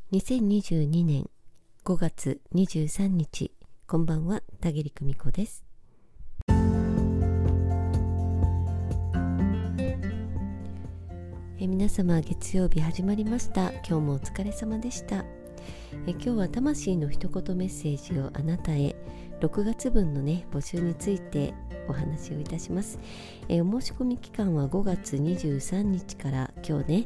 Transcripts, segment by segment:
2022年5月23日、こんばんは、田切久美子です。皆様、月曜日始まりました。今日もお疲れ様でした。今日は魂の一言メッセージをあなたへ、6月分の募集についてお話をいたします。お申し込み期間は5月23日から今日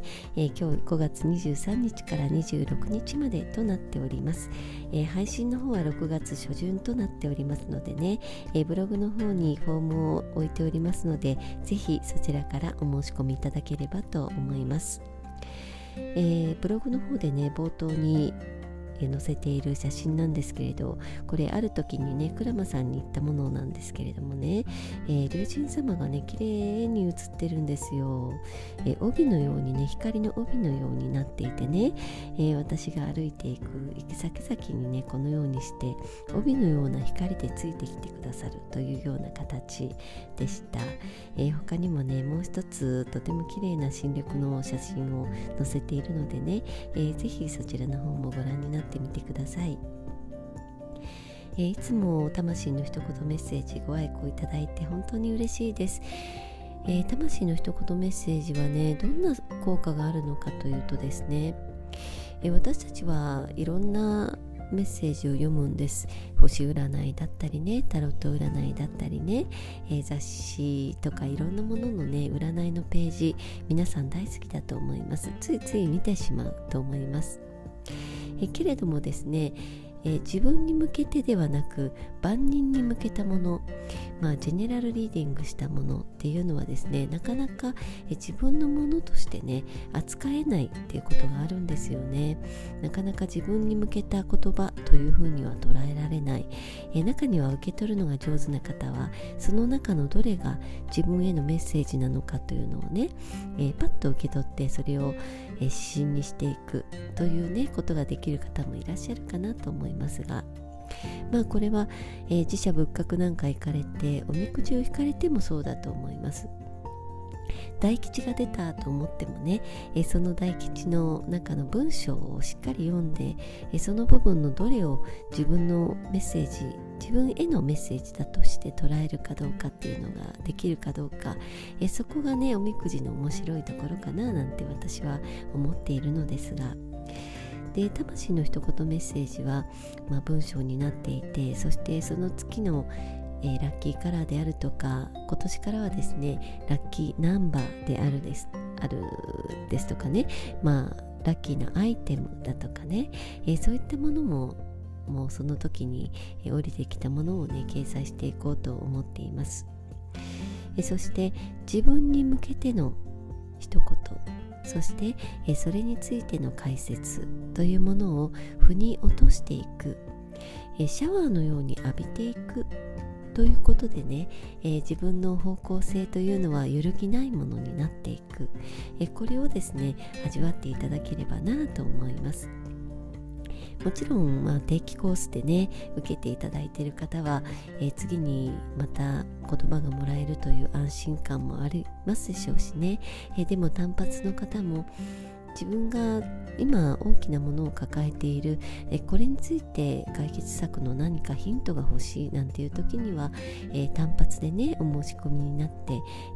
5月23日から26日までとなっております。配信の方は6月初旬となっておりますのでブログの方にフォームを置いておりますので、ぜひそちらからお申し込みいただければと思います。ブログの方で冒頭に載せている写真なんですけれど、これある時に鞍馬さんに行ったものなんですけれども竜神様が綺麗に写ってるんですよ。帯のように光の帯のようになっていて私が歩いていく行き先々にこのようにして帯のような光でついてきてくださるというような形でした。他にももう一つとても綺麗な新緑の写真を載せているのでぜひそちらの方もご覧になってみてください。いつも魂の一言メッセージご愛顧いただいて本当に嬉しいです。魂の一言メッセージはどんな効果があるのかというとですね、私たちはいろんなメッセージを読むんです。星占いだったりタロット占いだったり雑誌とかいろんなものの占いのページ、皆さん大好きだと思います。ついつい見てしまうと思います。けれどもですね、自分に向けてではなく万人に向けたもの、ジェネラルリーディングしたものっていうのはですね、なかなか自分のものとして扱えないっていうことがあるんですよね。なかなか自分に向けた言葉というふうには捉えられない。中には受け取るのが上手な方はその中のどれが自分へのメッセージなのかというのをパッと受け取ってそれを指針にしていくということができる方もいらっしゃるかなと思いますが、これは、寺社仏閣なんか行かれておみくじを引かれてもそうだと思います。大吉が出たと思ってもその大吉の中の文章をしっかり読んでその部分のどれを自分のメッセージ、自分へのメッセージだとして捉えるかどうかっていうのができるかどうか、そこがおみくじの面白いところかななんて私は思っているのですが、魂の一言メッセージは、文章になっていて、そしてその月のラッキーカラーであるとか、今年からはですねラッキーナンバーであるですとかラッキーなアイテムだとかそういったものももうその時に降りてきたものを掲載していこうと思っています。そして自分に向けての一言、そしてそれについての解説というものを腑に落としていく、シャワーのように浴びていくということで自分の方向性というのは揺るぎないものになっていく、これをですね味わっていただければなと思います。もちろん、定期コースで受けていただいている方は、次にまた言葉がもらえるという安心感もありますでしょうしでも単発の方も自分が今大きなものを抱えている、これについて解決策の何かヒントが欲しいなんていう時には、単発でお申し込みになって、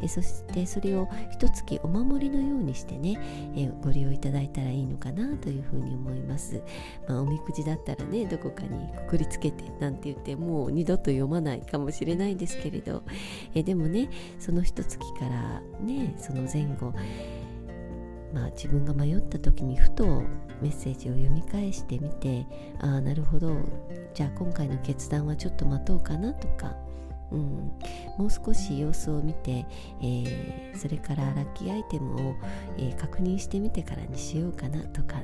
そしてそれを一月お守りのようにしてご利用いただいたらいいのかなというふうに思います。おみくじだったらどこかにくくりつけてなんて言ってもう二度と読まないかもしれないですけれど、でもその一月からその前後自分が迷った時にふとメッセージを読み返してみて、なるほど、じゃあ今回の決断はちょっと待とうかなとか、もう少し様子を見て、それからラッキーアイテムを、確認してみてからにしようかなとか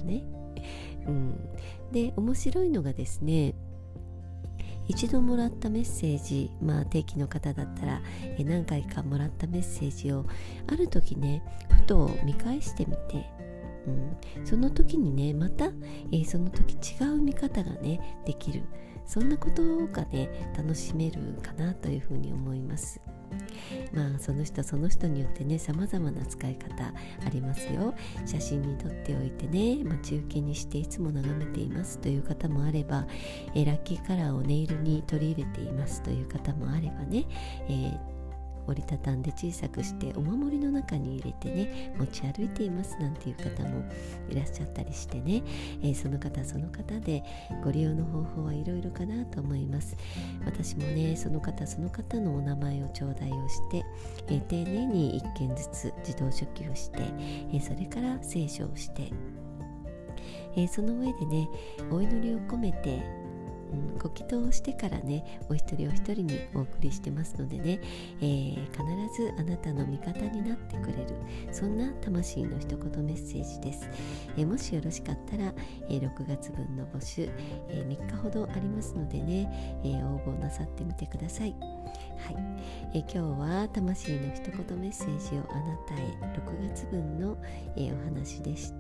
で面白いのがですね、一度もらったメッセージ、定期の方だったら何回かもらったメッセージをある時ふと見返してみて、その時にまた、その時違う見方ができる、そんなことが楽しめるかなというふうに思います。 その人その人によってね、様々な使い方ありますよ。写真に撮っておいてね、待ち受けにしていつも眺めていますという方もあれば、ラッキーカラーをネイルに取り入れていますという方もあればね、折りたたんで小さくしてお守りの中に入れてね、持ち歩いていますなんていう方もいらっしゃったりしてね、その方その方でご利用の方法はいろいろかなと思います。私もね、その方その方のお名前を頂戴をして、丁寧に1件ずつ自動書記をして、それから聖書をして、その上でね、お祈りを込めてご祈祷をしてからね、お一人お一人にお送りしてますのでね、必ずあなたの味方になってくれる、そんな魂の一言メッセージです。もしよろしかったら、6月分の募集、3日ほどありますのでね、応募なさってみてください。はい、今日は魂の一言メッセージをあなたへ、6月分の、お話でした。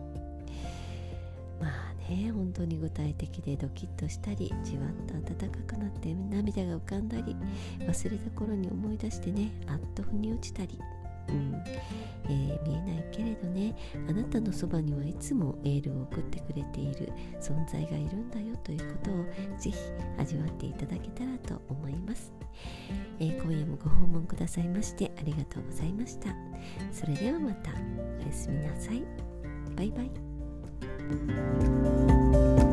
本当に具体的でドキッとしたり、じわっと暖かくなって涙が浮かんだり、忘れた頃に思い出してね、あっと腑に落ちたり、見えないけれどね、あなたのそばにはいつもエールを送ってくれている存在がいるんだよということをぜひ味わっていただけたらと思います。今夜もご訪問くださいましてありがとうございました。それではまた、おやすみなさい。バイバイ。